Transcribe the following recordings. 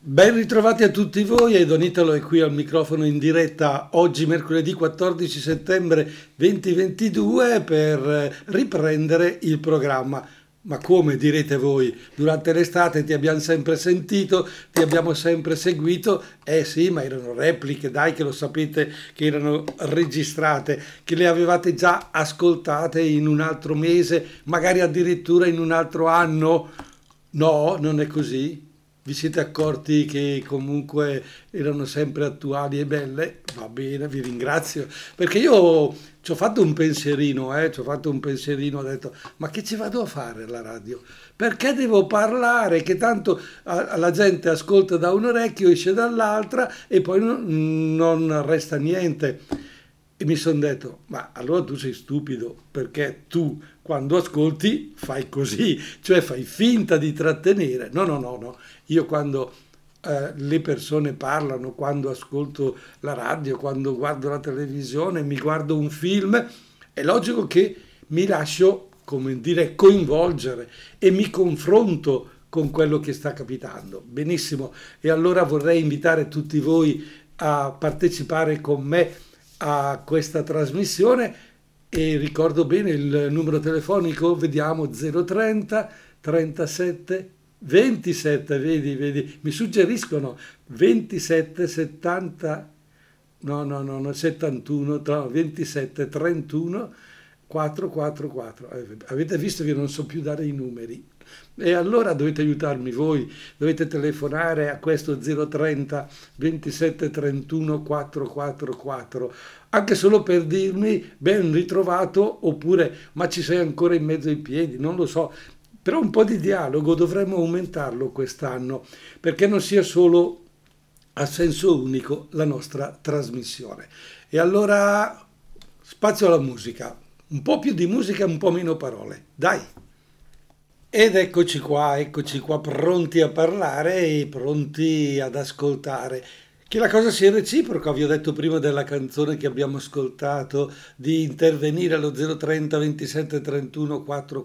Ben ritrovati a tutti voi, e Don Italo è qui al microfono in diretta oggi mercoledì 14 settembre 2022 per riprendere il programma. Ma come direte voi? Durante l'estate ti abbiamo sempre sentito, ti abbiamo sempre seguito. Eh sì, ma erano repliche, dai che lo sapete che erano registrate, che le avevate già ascoltate in un altro mese, magari addirittura in un altro anno. No, non è così. Vi siete accorti che comunque erano sempre attuali e belle? Va bene, vi ringrazio. Perché io ci ho fatto un pensierino, ci ho fatto un pensierino, ho detto, ma che ci vado a fare alla radio? Perché devo parlare? Che tanto la gente ascolta da un orecchio, esce dall'altra e poi non resta niente. E mi sono detto, ma allora tu sei stupido, perché tu quando ascolti fai così, cioè fai finta di trattenere. No, no, no, no. Io quando le persone parlano, quando ascolto la radio, quando guardo la televisione, mi guardo un film, è logico che mi lascio, come dire, coinvolgere e mi confronto con quello che sta capitando. Benissimo. E allora vorrei invitare tutti voi a partecipare con me a questa trasmissione e ricordo bene il numero telefonico, vediamo 030 37 27, vedi, mi suggeriscono 27 70, no, 71, 27 31 444. Avete visto che non so più dare i numeri. E allora dovete aiutarmi voi, dovete telefonare a questo 030 27 31 444, anche solo per dirmi ben ritrovato oppure ma ci sei ancora in mezzo ai piedi, non lo so. Però un po' di dialogo dovremmo aumentarlo quest'anno, perché non sia solo a senso unico la nostra trasmissione. E allora spazio alla musica, un po' più di musica e un po' meno parole, dai! Ed eccoci qua, pronti a parlare e pronti ad ascoltare. Che la cosa sia reciproca, vi ho detto prima della canzone che abbiamo ascoltato, di intervenire allo 030 27 31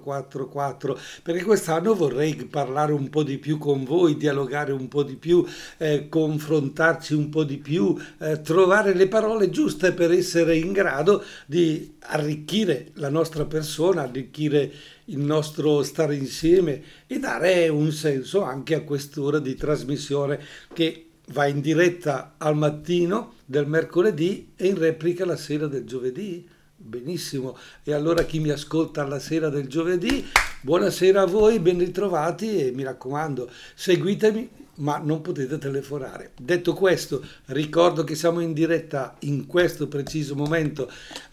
444, perché quest'anno vorrei parlare un po' di più con voi, dialogare un po' di più, confrontarci un po' di più, trovare le parole giuste per essere in grado di arricchire la nostra persona, arricchire il nostro stare insieme e dare un senso anche a quest'ora di trasmissione che va in diretta al mattino del mercoledì e in replica la sera del giovedì. Benissimo. E allora chi mi ascolta alla sera del giovedì, buonasera a voi, ben ritrovati e mi raccomando, seguitemi, ma non potete telefonare. Detto questo, ricordo che siamo in diretta in questo preciso momento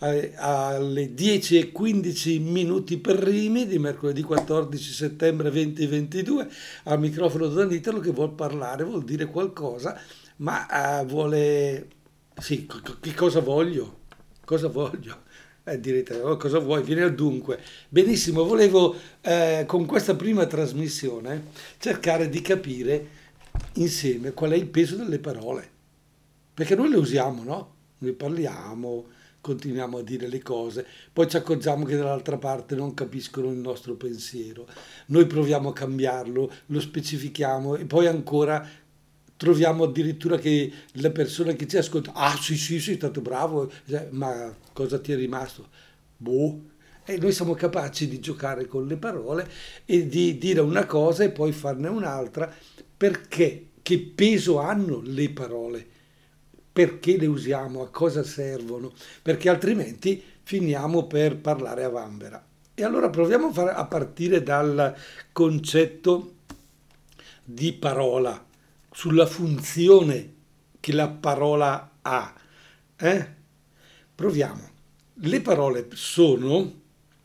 alle 10:15 minuti primi di mercoledì 14 settembre 2022 al microfono Don Italo che vuol parlare, vuol dire qualcosa, ma vuole... Sì, che cosa voglio? Cosa voglio? Direte, oh, cosa vuoi? Vieni al dunque. Benissimo, volevo con questa prima trasmissione cercare di capire insieme qual è il peso delle parole, perché noi le usiamo, no? Noi parliamo, continuiamo a dire le cose, poi ci accorgiamo che dall'altra parte non capiscono il nostro pensiero, noi proviamo a cambiarlo, lo specifichiamo e poi ancora troviamo addirittura che le persone che ci ascoltano, ah sì, sei stato bravo, ma cosa ti è rimasto? Boh. E noi siamo capaci di giocare con le parole e di dire una cosa e poi farne un'altra. Perché? Che peso hanno le parole? Perché le usiamo? A cosa servono? Perché altrimenti finiamo per parlare a vanvera. E allora proviamo a partire dal concetto di parola, sulla funzione che la parola ha. Eh? Proviamo. Le parole sono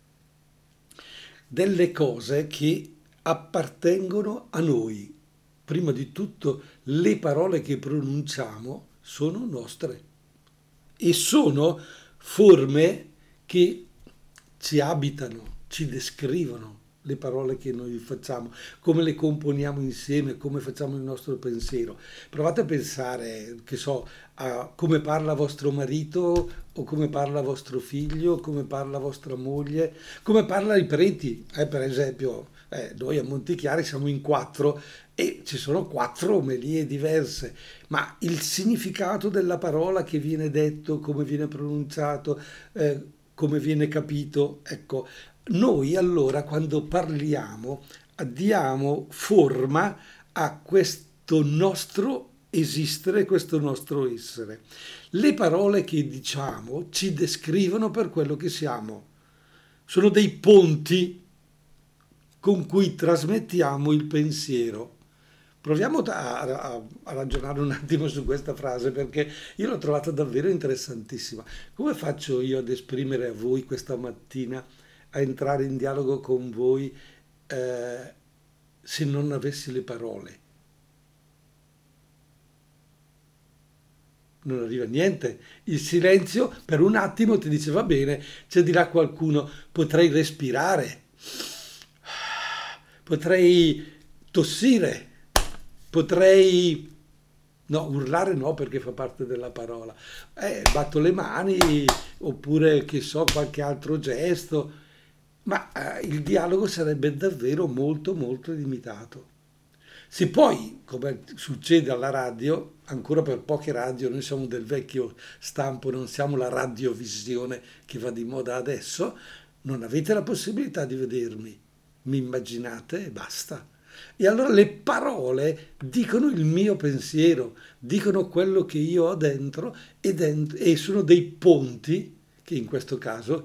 delle cose che appartengono a noi. Prima di tutto, le parole che pronunciamo sono nostre e sono forme che ci abitano, ci descrivono le parole che noi facciamo, come le componiamo insieme, come facciamo il nostro pensiero. Provate a pensare, che so, a come parla vostro marito o come parla vostro figlio, come parla vostra moglie, come parla i preti, per esempio. Noi a Montichiari siamo in quattro e ci sono quattro omelie diverse, ma il significato della parola che viene detto, come viene pronunciato, come viene capito, ecco, noi allora quando parliamo diamo forma a questo nostro esistere, questo nostro essere. Le parole che diciamo ci descrivono per quello che siamo. Sono dei ponti con cui trasmettiamo il pensiero. Proviamo a ragionare un attimo su questa frase perché io l'ho trovata davvero interessantissima. Come faccio io ad esprimere a voi questa mattina, a entrare in dialogo con voi eh, se non avessi le parole? Non arriva niente. Il silenzio per un attimo ti dice va bene, c'è di là qualcuno, potrei respirare, potrei tossire, potrei... No, urlare no perché fa parte della parola. Batto le mani oppure che so qualche altro gesto, ma il dialogo sarebbe davvero molto molto limitato. Se poi, come succede alla radio, ancora per poche radio, noi siamo del vecchio stampo, non siamo la radiovisione che va di moda adesso, non avete la possibilità di vedermi, mi immaginate e basta. E allora le parole dicono il mio pensiero, dicono quello che io ho dentro e sono dei ponti, che in questo caso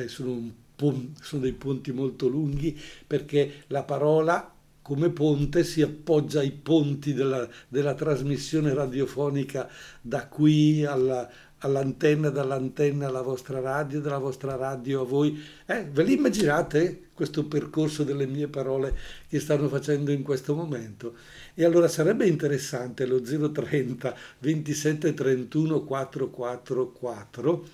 sono dei ponti molto lunghi, perché la parola come ponte si appoggia ai ponti della trasmissione radiofonica da qui all'antenna, dall'antenna alla vostra radio, dalla vostra radio a voi. Ve li immaginate questo percorso delle mie parole che stanno facendo in questo momento? E allora sarebbe interessante lo 030 27 31 444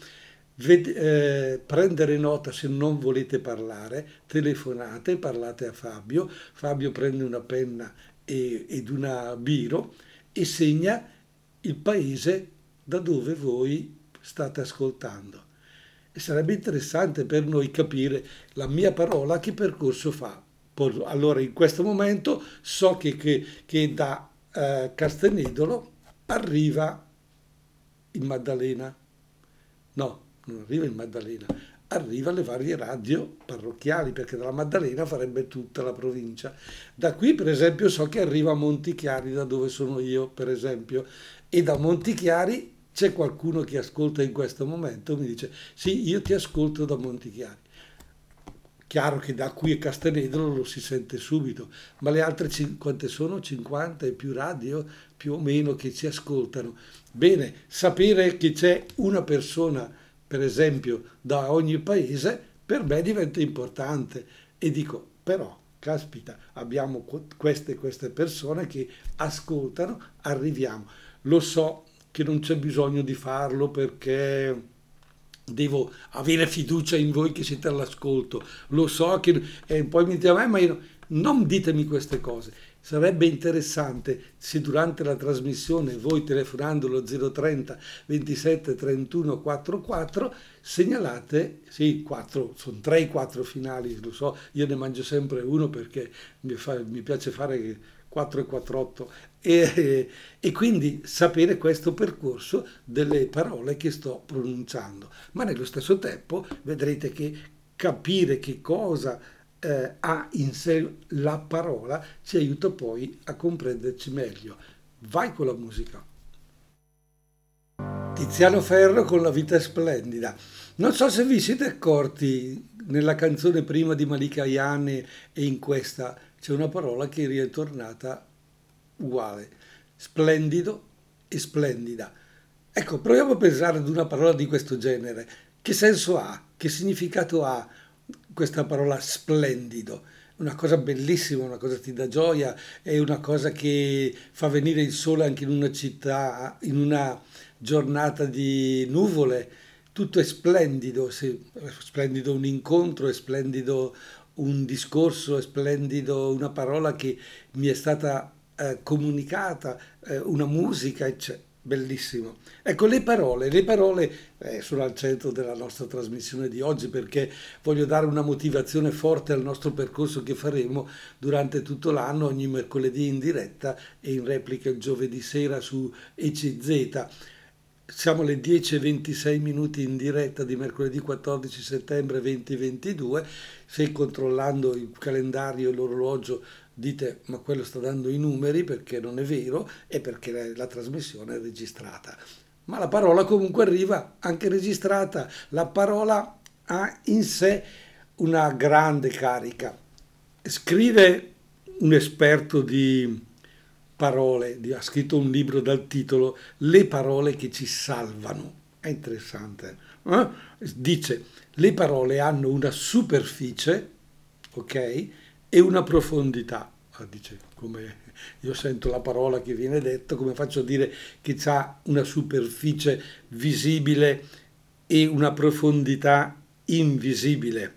prendere nota se non volete parlare, telefonate, parlate a Fabio, Fabio prende una penna ed una biro e segna il paese da dove voi state ascoltando. E sarebbe interessante per noi capire la mia parola che percorso fa. Allora in questo momento so che da Castenedolo arriva in Maddalena. No, non arriva in Maddalena, arriva alle varie radio parrocchiali, perché dalla Maddalena farebbe tutta la provincia. Da qui, per esempio, so che arriva a Montichiari, da dove sono io, per esempio, e da Montichiari c'è qualcuno che ascolta in questo momento, mi dice, sì, io ti ascolto da Montichiari. Chiaro che da qui a Castenedolo lo si sente subito, ma le altre quante sono? 50 e più radio più o meno che ci ascoltano. Bene, sapere che c'è una persona, per esempio, da ogni paese, per me diventa importante e dico, però, caspita, abbiamo queste persone che ascoltano, arriviamo. Lo so che non c'è bisogno di farlo perché devo avere fiducia in voi che siete all'ascolto, lo so che... E poi mi dite, ma io... Non ditemi queste cose. Sarebbe interessante se durante la trasmissione voi telefonando lo 030 27 31 44 segnalate, sì, 4, sono 3 i 4 finali, lo so, io ne mangio sempre uno perché mi piace fare 4 e 48 e quindi sapere questo percorso delle parole che sto pronunciando, ma nello stesso tempo vedrete che capire che cosa ha in sé la parola ci aiuta poi a comprenderci meglio. Vai con la musica. Tiziano Ferro con La vita è splendida. Non so se vi siete accorti nella canzone prima di Malika Ayane e in questa c'è una parola che è ritornata uguale, splendido e splendida. Ecco, proviamo a pensare ad una parola di questo genere. Che senso ha? Che significato ha questa parola splendido? Una cosa bellissima, una cosa che ti dà gioia, è una cosa che fa venire il sole anche in una città, in una giornata di nuvole. Tutto è splendido, è splendido un incontro, è splendido un discorso, è splendido una parola che mi è stata comunicata, una musica, eccetera. Bellissimo. Ecco, le parole sono al centro della nostra trasmissione di oggi perché voglio dare una motivazione forte al nostro percorso che faremo durante tutto l'anno, ogni mercoledì in diretta e in replica il giovedì sera su ECZ. Siamo alle 10:26 minuti in diretta di mercoledì 14 settembre 2022. Se controllando il calendario e l'orologio dite ma quello sta dando i numeri perché non è vero e perché la trasmissione è registrata. Ma la parola comunque arriva anche registrata. La parola ha in sé una grande carica. Scrive un esperto di parole, ha scritto un libro dal titolo Le parole che ci salvano. È interessante. Dice, le parole hanno una superficie, ok, e una profondità. Dice, come io sento la parola che viene detta, come faccio a dire che ha una superficie visibile e una profondità invisibile?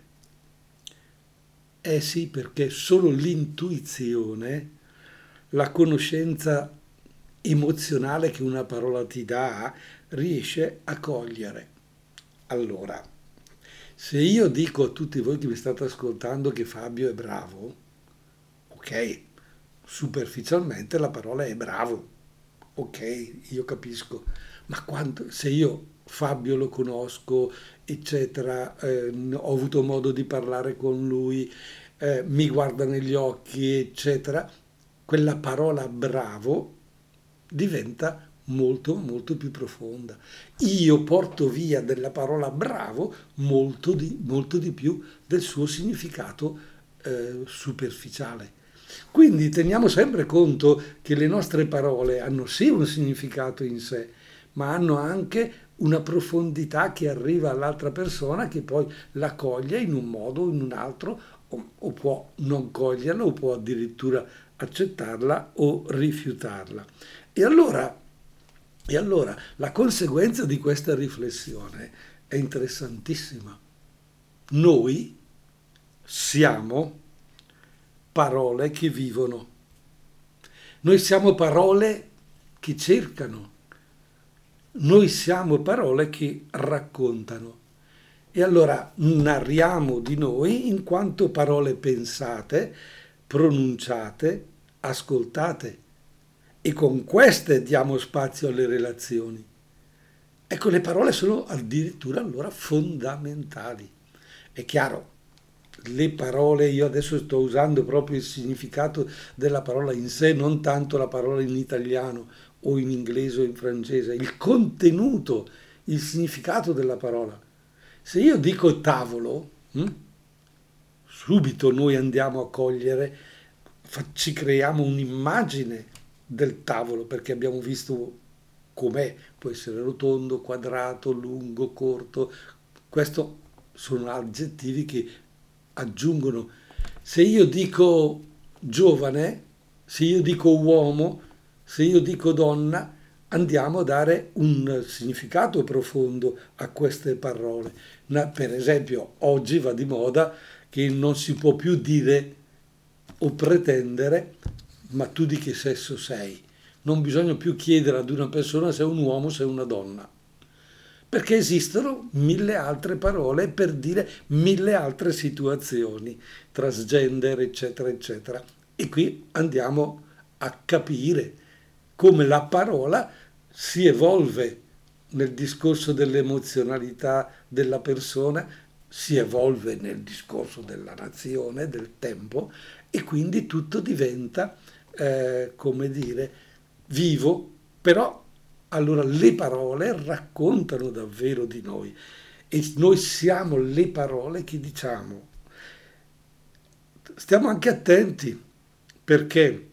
Eh sì, perché solo l'intuizione, la conoscenza emozionale che una parola ti dà, riesce a cogliere. Allora, se io dico a tutti voi che mi state ascoltando che Fabio è bravo, ok, superficialmente la parola è bravo, ok, io capisco, ma se io Fabio lo conosco, eccetera, ho avuto modo di parlare con lui, mi guarda negli occhi, eccetera, quella parola bravo diventa molto molto più profonda. Io porto via della parola bravo molto di più del suo significato superficiale. Quindi teniamo sempre conto che le nostre parole hanno sì un significato in sé, ma hanno anche una profondità che arriva all'altra persona che poi la coglie in un modo o in un altro o può non coglierla o può addirittura accettarla o rifiutarla. E allora, e allora la conseguenza di questa riflessione è interessantissima. Noi siamo parole che vivono. Noi siamo parole che cercano. Noi siamo parole che raccontano. E allora narriamo di noi in quanto parole pensate, pronunciate, ascoltate. E con queste diamo spazio alle relazioni. Ecco, le parole sono addirittura allora fondamentali. È chiaro, le parole, io adesso sto usando proprio il significato della parola in sé, non tanto la parola in italiano o in inglese o in francese, il contenuto, il significato della parola. Se io dico tavolo, subito noi andiamo a cogliere, ci creiamo un'immagine del tavolo perché abbiamo visto com'è, può essere rotondo, quadrato, lungo, corto. Questo sono aggettivi che aggiungono. Se io dico giovane, se io dico uomo, se io dico donna, andiamo a dare un significato profondo a queste parole. Per esempio, oggi va di moda che non si può più dire o pretendere, ma tu di che sesso sei? Non bisogna più chiedere ad una persona se è un uomo o se è una donna, perché esistono mille altre parole per dire mille altre situazioni, transgender, eccetera, eccetera. E qui andiamo a capire come la parola si evolve nel discorso dell'emozionalità della persona, si evolve nel discorso della nazione, del tempo, e quindi tutto diventa, come dire, vivo, però allora le parole raccontano davvero di noi e noi siamo le parole che diciamo. Stiamo anche attenti perché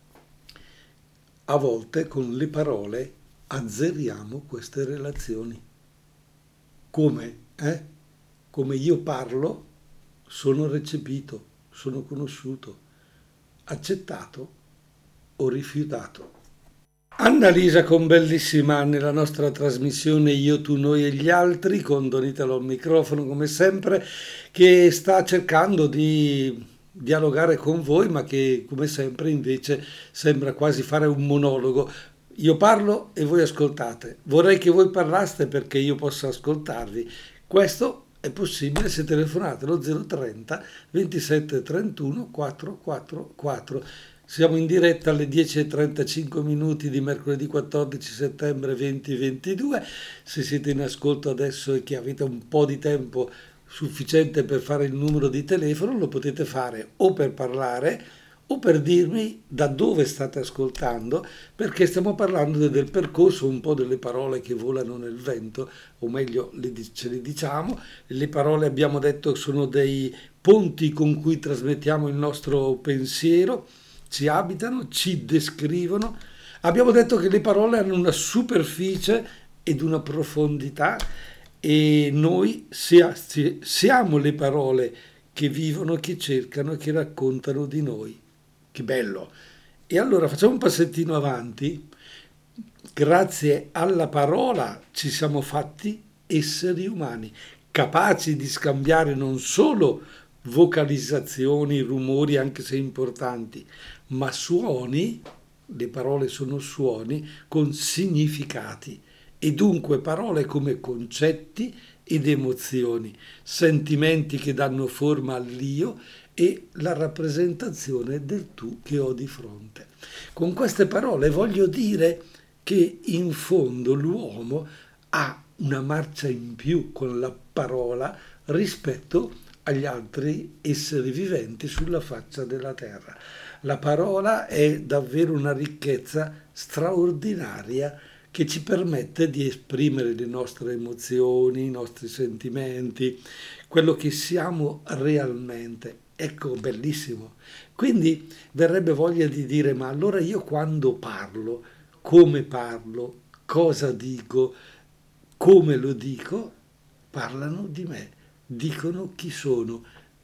a volte con le parole azzeriamo queste relazioni. Come? Come io parlo, sono recepito, sono conosciuto, accettato o rifiutato. Annalisa con bellissima nella nostra trasmissione Io, tu, noi e gli altri, con Donitelo al microfono come sempre, che sta cercando di dialogare con voi, ma che come sempre invece sembra quasi fare un monologo. io parlo e voi ascoltate. Vorrei che voi parlaste perché io possa ascoltarvi. Questo è possibile se telefonate allo 030 27 31 444. Siamo in diretta alle 10:35 minuti di mercoledì 14 settembre 2022. Se siete in ascolto adesso e che avete un po' di tempo sufficiente per fare il numero di telefono, lo potete fare o per parlare o per dirmi da dove state ascoltando, perché stiamo parlando del percorso, un po' delle parole che volano nel vento, o meglio ce le diciamo. Le parole, abbiamo detto, sono dei ponti con cui trasmettiamo il nostro pensiero, ci abitano, ci descrivono. Abbiamo detto che le parole hanno una superficie ed una profondità e noi siamo le parole che vivono, che cercano e che raccontano di noi. Che bello! E allora facciamo un passettino avanti. Grazie alla parola ci siamo fatti esseri umani, capaci di scambiare non solo vocalizzazioni, rumori, anche se importanti, ma suoni, le parole sono suoni, con significati. E dunque parole come concetti ed emozioni, sentimenti che danno forma all'io e la rappresentazione del tu che ho di fronte. Con queste parole voglio dire che in fondo l'uomo ha una marcia in più con la parola rispetto agli altri esseri viventi sulla faccia della terra. La parola è davvero una ricchezza straordinaria che ci permette di esprimere le nostre emozioni, i nostri sentimenti, quello che siamo realmente. Ecco, bellissimo. Quindi verrebbe voglia di dire, ma allora io quando parlo, come parlo, cosa dico, come lo dico, parlano di me, dicono chi sono.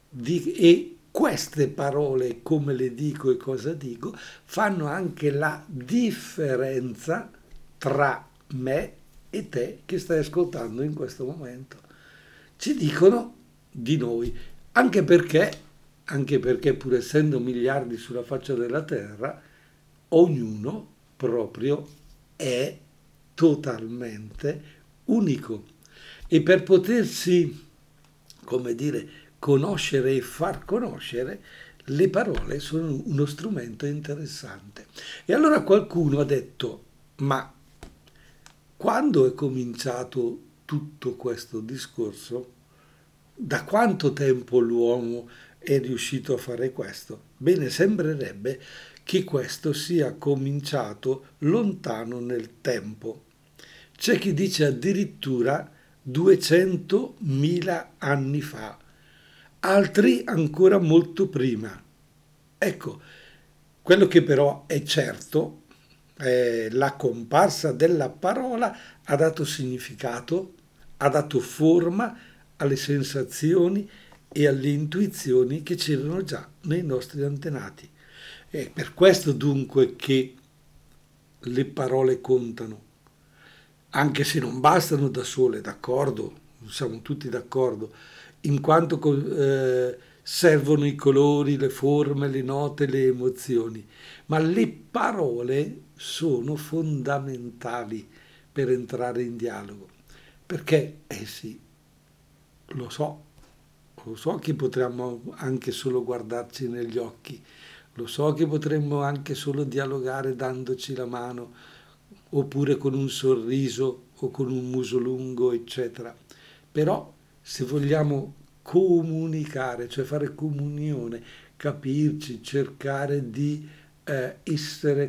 E queste parole, come le dico e cosa dico, fanno anche la differenza tra me e te che stai ascoltando in questo momento. Ci dicono di noi, anche perché, anche perché pur essendo miliardi sulla faccia della terra, ognuno proprio è totalmente unico. E per potersi, come dire, conoscere e far conoscere, le parole sono uno strumento interessante. E allora qualcuno ha detto, ma quando è cominciato tutto questo discorso? Da quanto tempo l'uomo è riuscito a fare questo? Bene, sembrerebbe che questo sia cominciato lontano nel tempo. C'è chi dice addirittura 200.000 anni fa, altri ancora molto prima. Ecco, quello che però è certo, la comparsa della parola ha dato significato, ha dato forma alle sensazioni e alle intuizioni che c'erano già nei nostri antenati. È per questo dunque che le parole contano, anche se non bastano da sole, d'accordo, siamo tutti d'accordo, in quanto servono i colori, le forme, le note, le emozioni, ma le parole sono fondamentali per entrare in dialogo, perché, sì, lo so, lo so che potremmo anche solo guardarci negli occhi, lo so che potremmo anche solo dialogare dandoci la mano, oppure con un sorriso o con un muso lungo, eccetera. Però se vogliamo comunicare, cioè fare comunione, capirci, cercare di essere,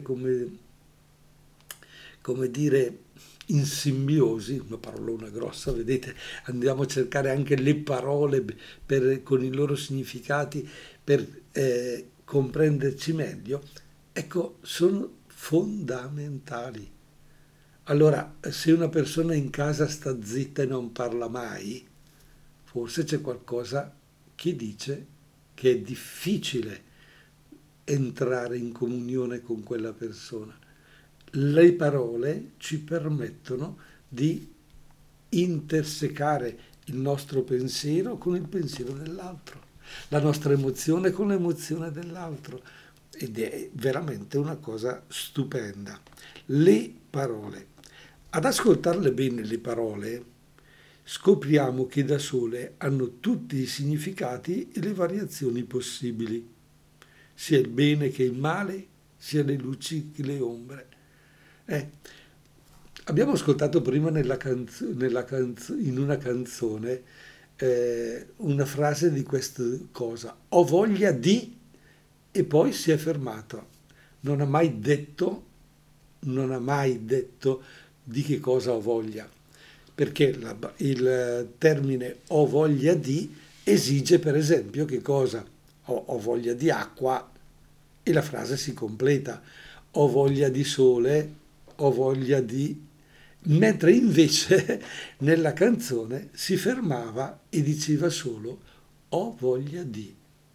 come dire, in simbiosi, una parolona grossa, vedete, andiamo a cercare anche le parole con i loro significati per comprenderci meglio, ecco, sono fondamentali. Allora, se una persona in casa sta zitta e non parla mai, forse c'è qualcosa che dice che è difficile entrare in comunione con quella persona. Le parole ci permettono di intersecare il nostro pensiero con il pensiero dell'altro, la nostra emozione con l'emozione dell'altro, ed è veramente una cosa stupenda. Le parole. Ad ascoltarle bene le parole scopriamo che da sole hanno tutti i significati e le variazioni possibili, sia il bene che il male, sia le luci che le ombre. Eh, Abbiamo ascoltato prima in una canzone una frase di questa cosa: ho voglia di, e poi si è fermato. Non ha mai detto, non ha mai detto di che cosa ho voglia, perché il termine ho voglia di esige per esempio che cosa? Ho voglia di acqua e la frase si completa. Ho voglia di sole, ho voglia di... Mentre invece nella canzone si fermava e diceva solo ho voglia di.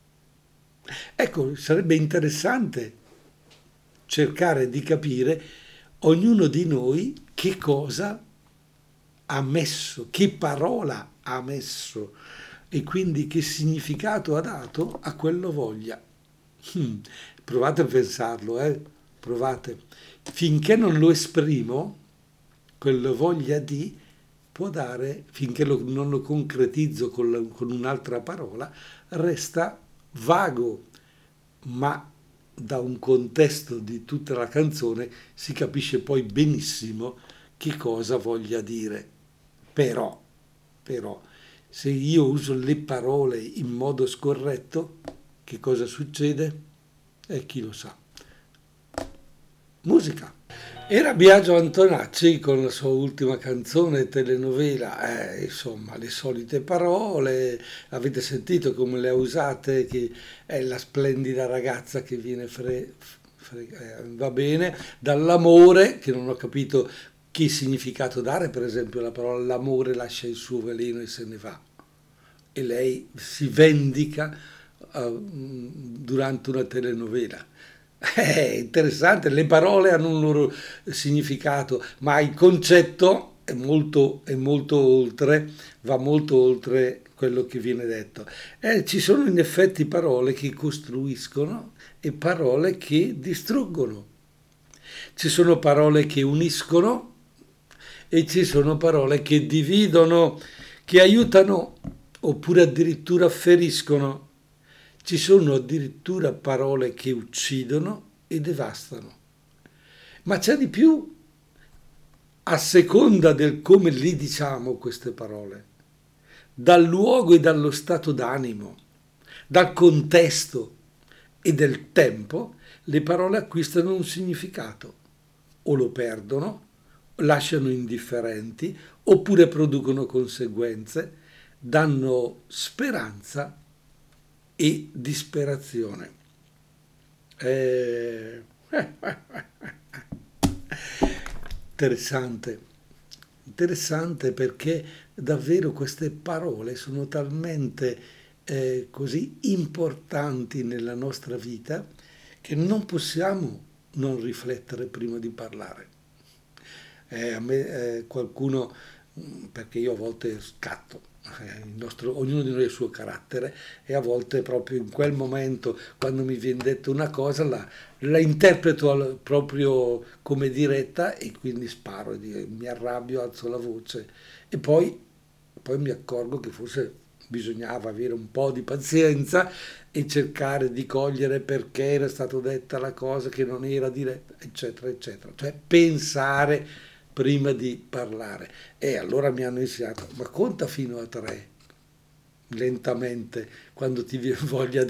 Ecco, sarebbe interessante cercare di capire ognuno di noi che cosa ha messo, che parola ha messo e quindi che significato ha dato a quello voglia. Hmm, Provate a pensarlo, provate. Finché non lo esprimo, quello voglia di può dare, finché non lo concretizzo con un'altra parola, resta vago, ma da un contesto di tutta la canzone si capisce poi benissimo che cosa voglia dire. Però, però, se io uso le parole in modo scorretto, che cosa succede? E chi lo sa. Musica. Era Biagio Antonacci con la sua ultima canzone telenovela, insomma, le solite parole, avete sentito come le ha usate, che è la splendida ragazza che viene va bene, dall'amore, che non ho capito che significato dare, per esempio la parola l'amore lascia il suo veleno e se ne va, e lei si vendica durante una telenovela. È interessante, le parole hanno un loro significato, ma il concetto è molto oltre, va molto oltre quello che viene detto. Ci sono in effetti parole che costruiscono e parole che distruggono. Ci sono parole che uniscono e ci sono parole che dividono, che aiutano oppure addirittura feriscono. Ci sono addirittura parole che uccidono e devastano. Ma c'è di più, a seconda del come li diciamo queste parole, dal luogo e dallo stato d'animo, dal contesto e del tempo, le parole acquistano un significato, o lo perdono, lasciano indifferenti, oppure producono conseguenze, danno speranza e disperazione. Interessante, interessante perché davvero queste parole sono talmente così importanti nella nostra vita che non possiamo non riflettere prima di parlare. A me qualcuno, perché io a volte scatto, ognuno di noi ha il suo carattere e a volte proprio in quel momento, quando mi viene detto una cosa, la interpreto proprio come diretta e quindi sparo, mi arrabbio, alzo la voce e poi mi accorgo che forse bisognava avere un po' di pazienza e cercare di cogliere perché era stata detta la cosa che non era diretta, eccetera, eccetera. Cioè pensare prima di parlare. E allora mi hanno insegnato, ma conta fino a tre, lentamente, quando ti viene voglia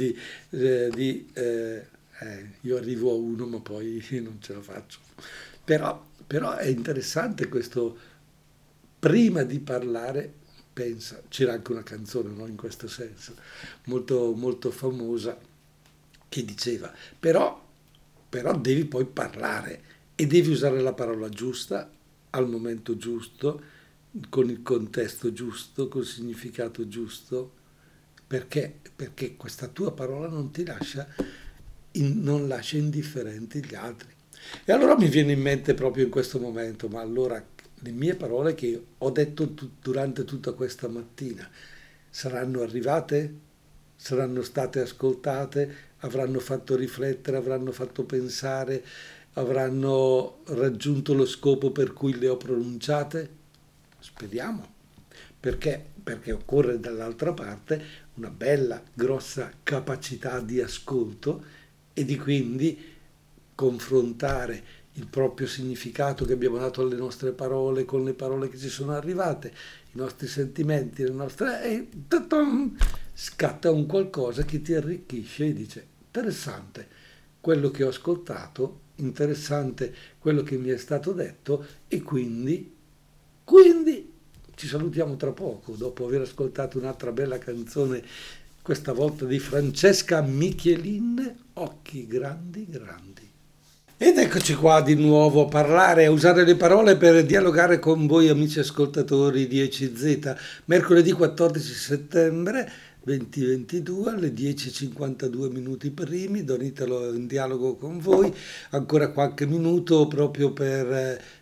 io arrivo a uno, ma poi non ce la faccio. Però è interessante questo, prima di parlare, pensa, c'era anche una canzone, no, in questo senso, molto, molto famosa, che diceva, però devi poi parlare e devi usare la parola giusta al momento giusto, con il contesto giusto, col significato giusto, perché questa tua parola non ti lascia, non lascia indifferenti gli altri. E allora mi viene in mente proprio in questo momento, ma allora le mie parole che ho detto durante tutta questa mattina saranno arrivate? Saranno state ascoltate? Avranno fatto riflettere? Avranno fatto pensare? avranno raggiunto lo scopo per cui le ho pronunciate? Speriamo. Perché? Perché occorre dall'altra parte una bella, grossa capacità di ascolto e di quindi confrontare il proprio significato che abbiamo dato alle nostre parole con le parole che ci sono arrivate, i nostri sentimenti, le nostre... e scatta un qualcosa che ti arricchisce e dice interessante quello che ho ascoltato, interessante quello che mi è stato detto e quindi ci salutiamo tra poco dopo aver ascoltato un'altra bella canzone, questa volta di Francesca Michelin, Occhi grandi grandi. Ed eccoci qua di nuovo a parlare, a usare le parole per dialogare con voi amici ascoltatori di ECZ. Mercoledì 14 settembre 2022 alle 10:52 minuti primi, Don Italo in dialogo con voi, ancora qualche minuto proprio per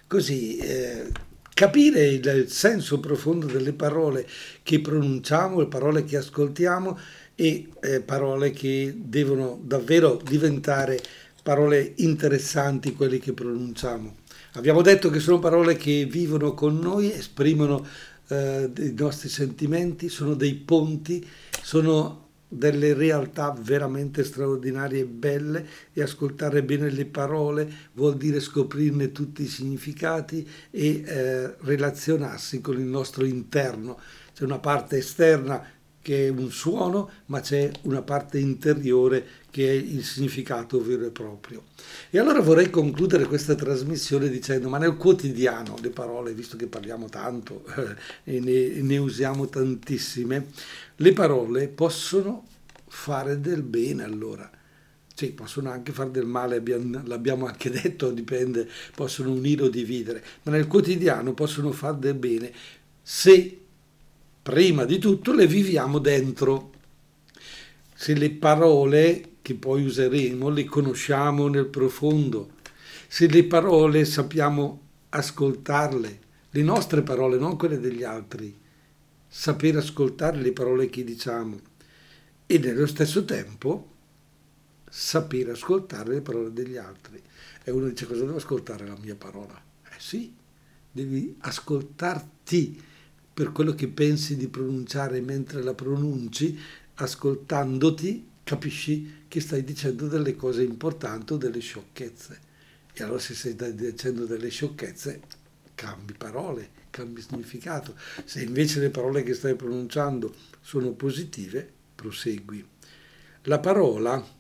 capire il senso profondo delle parole che pronunciamo, le parole che ascoltiamo e parole che devono davvero diventare parole interessanti quelle che pronunciamo. Abbiamo detto che sono parole che vivono con noi, esprimono i nostri sentimenti, sono dei ponti, sono delle realtà veramente straordinarie e belle e ascoltare bene le parole vuol dire scoprirne tutti i significati e relazionarsi con il nostro interno. C'è una parte esterna che è un suono, ma c'è una parte interiore che è il significato vero e proprio. E allora vorrei concludere questa trasmissione dicendo, ma nel quotidiano le parole, visto che parliamo tanto e ne usiamo tantissime, le parole possono fare del bene allora. Sì, possono anche fare del male, l'abbiamo anche detto, dipende, possono unire o dividere, ma nel quotidiano possono fare del bene se prima di tutto le viviamo dentro. Se le parole che poi useremo le conosciamo nel profondo, se le parole sappiamo ascoltarle, le nostre parole, non quelle degli altri, sapere ascoltare le parole che diciamo e nello stesso tempo sapere ascoltare le parole degli altri. E uno dice cosa devo ascoltare la mia parola? Sì, devi ascoltarti per quello che pensi di pronunciare mentre la pronunci, ascoltandoti capisci che stai dicendo delle cose importanti o delle sciocchezze. E allora se stai dicendo delle sciocchezze, cambi parole, cambi significato. Se invece le parole che stai pronunciando sono positive, prosegui. La parola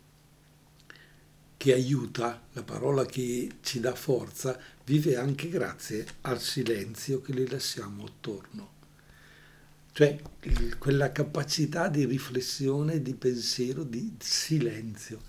che aiuta, la parola che ci dà forza, vive anche grazie al silenzio che le lasciamo attorno. Cioè quella capacità di riflessione, di pensiero, di silenzio.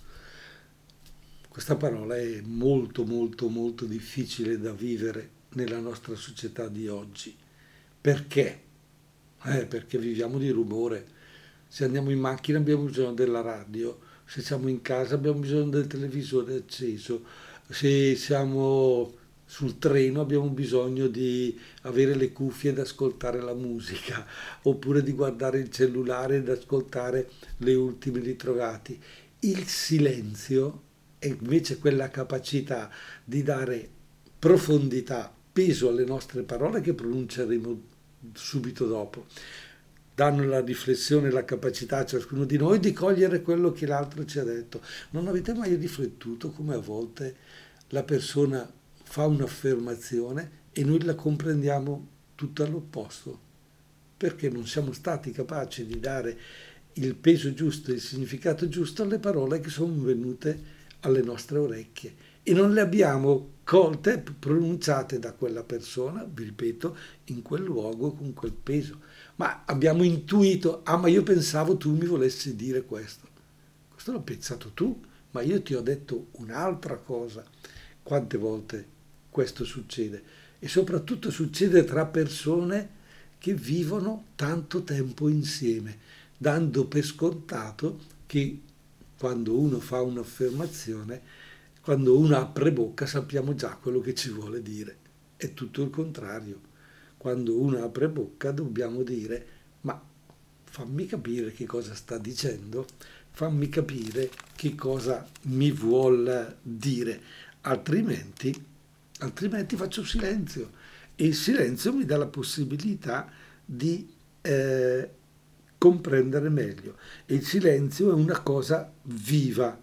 Questa parola è molto molto molto difficile da vivere nella nostra società di oggi. Perché? Perché viviamo di rumore. Se andiamo in macchina abbiamo bisogno della radio, se siamo in casa abbiamo bisogno del televisore acceso, se siamo sul treno abbiamo bisogno di avere le cuffie ed ascoltare la musica, oppure di guardare il cellulare ed ascoltare le ultime ritrovati. Il silenzio è invece quella capacità di dare profondità, peso alle nostre parole che pronunceremo subito dopo. Danno la riflessione e la capacità a ciascuno di noi di cogliere quello che l'altro ci ha detto. Non avete mai riflettuto come a volte la persona fa un'affermazione e noi la comprendiamo tutto all'opposto? Perché non siamo stati capaci di dare il peso giusto e il significato giusto alle parole che sono venute alle nostre orecchie e non le abbiamo colte, pronunciate da quella persona, vi ripeto, in quel luogo con quel peso. Ma abbiamo intuito, ma io pensavo tu mi volessi dire questo. Questo l'ho pensato tu, ma io ti ho detto un'altra cosa. Quante volte questo succede? E soprattutto succede tra persone che vivono tanto tempo insieme, dando per scontato che quando uno fa un'affermazione, quando uno apre bocca sappiamo già quello che ci vuole dire. È tutto il contrario. Quando uno apre bocca dobbiamo dire, ma fammi capire che cosa sta dicendo, fammi capire che cosa mi vuol dire. altrimenti, altrimenti faccio silenzio e il silenzio mi dà la possibilità di comprendere meglio. E il silenzio è una cosa viva.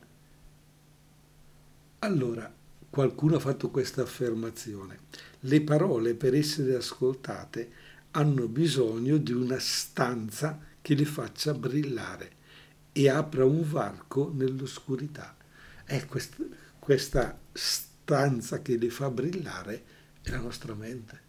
Allora, qualcuno ha fatto questa affermazione. Le parole per essere ascoltate hanno bisogno di una stanza che le faccia brillare e apra un varco nell'oscurità. È questa stanza che le fa brillare è la nostra mente,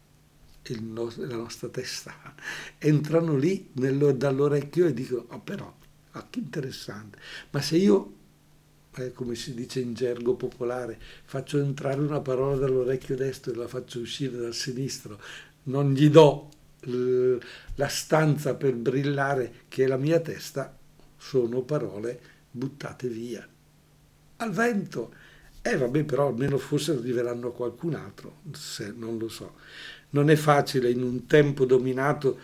la nostra testa. Entrano lì dall'orecchio e dicono, oh, però, che interessante. Ma se io, come si dice in gergo popolare, faccio entrare una parola dall'orecchio destro e la faccio uscire dal sinistro, non gli do la stanza per brillare che è la mia testa, sono parole buttate via al vento. Vabbè, però almeno forse arriveranno a qualcun altro, se non lo so. Non è facile in un tempo dominato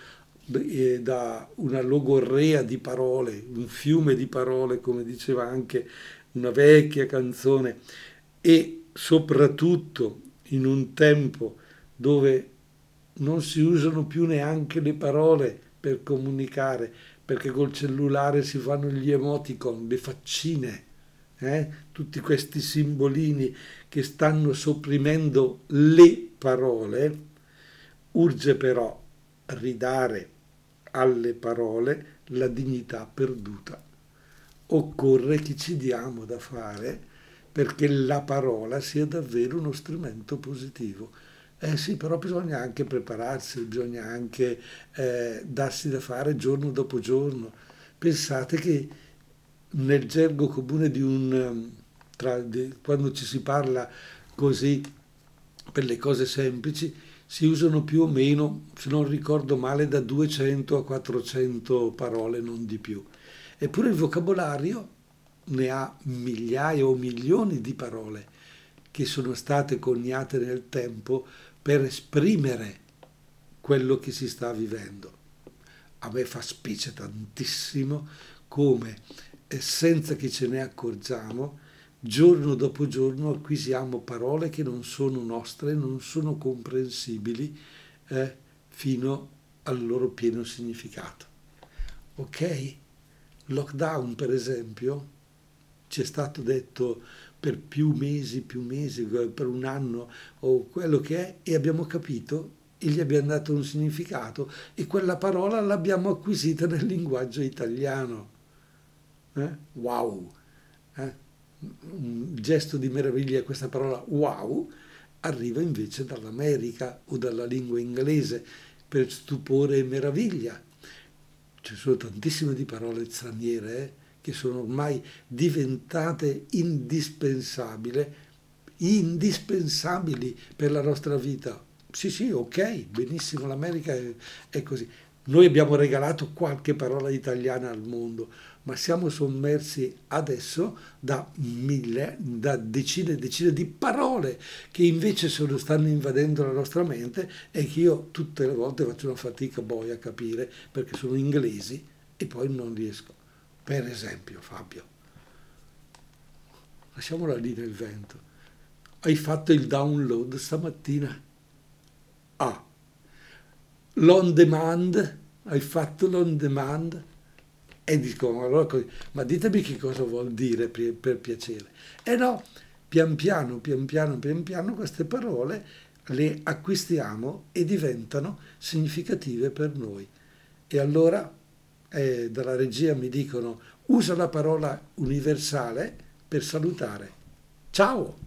da una logorrea di parole, un fiume di parole, come diceva anche una vecchia canzone, e soprattutto in un tempo dove non si usano più neanche le parole per comunicare, perché col cellulare si fanno gli emoticon, le faccine, tutti questi simbolini che stanno sopprimendo le parole. Urge però ridare alle parole la dignità perduta. Occorre che ci diamo da fare perché la parola sia davvero uno strumento positivo. Sì, però bisogna anche prepararsi, bisogna anche darsi da fare giorno dopo giorno. Pensate che nel gergo comune quando ci si parla così per le cose semplici, si usano più o meno, se non ricordo male, da 200 a 400 parole, non di più. Eppure il vocabolario ne ha migliaia o milioni di parole che sono state coniate nel tempo per esprimere quello che si sta vivendo. A me fa specie tantissimo come, senza che ce ne accorgiamo, giorno dopo giorno acquisiamo parole che non sono nostre, non sono comprensibili fino al loro pieno significato. Ok? Lockdown, per esempio, ci è stato detto per più mesi, per un anno o quello che è, e abbiamo capito e gli abbiamo dato un significato e quella parola l'abbiamo acquisita nel linguaggio italiano. Wow! Un gesto di meraviglia, questa parola wow arriva invece dall'America o dalla lingua inglese per stupore e meraviglia. Ci sono tantissime di parole straniere che sono ormai diventate indispensabili per la nostra vita. Sì, sì, ok, benissimo, l'America è così. Noi abbiamo regalato qualche parola italiana al mondo, ma siamo sommersi adesso da decine e decine di parole che invece stanno invadendo la nostra mente e che io tutte le volte faccio una fatica poi a capire perché sono inglesi e poi non riesco. Per esempio, Fabio, lasciamola lì nel vento. Hai fatto il download stamattina? Ah, l'on demand? Hai fatto l'on demand? E dicono, allora, ma ditemi che cosa vuol dire per piacere. No, pian piano queste parole le acquistiamo e diventano significative per noi. E allora dalla regia mi dicono, usa la parola universale per salutare. Ciao!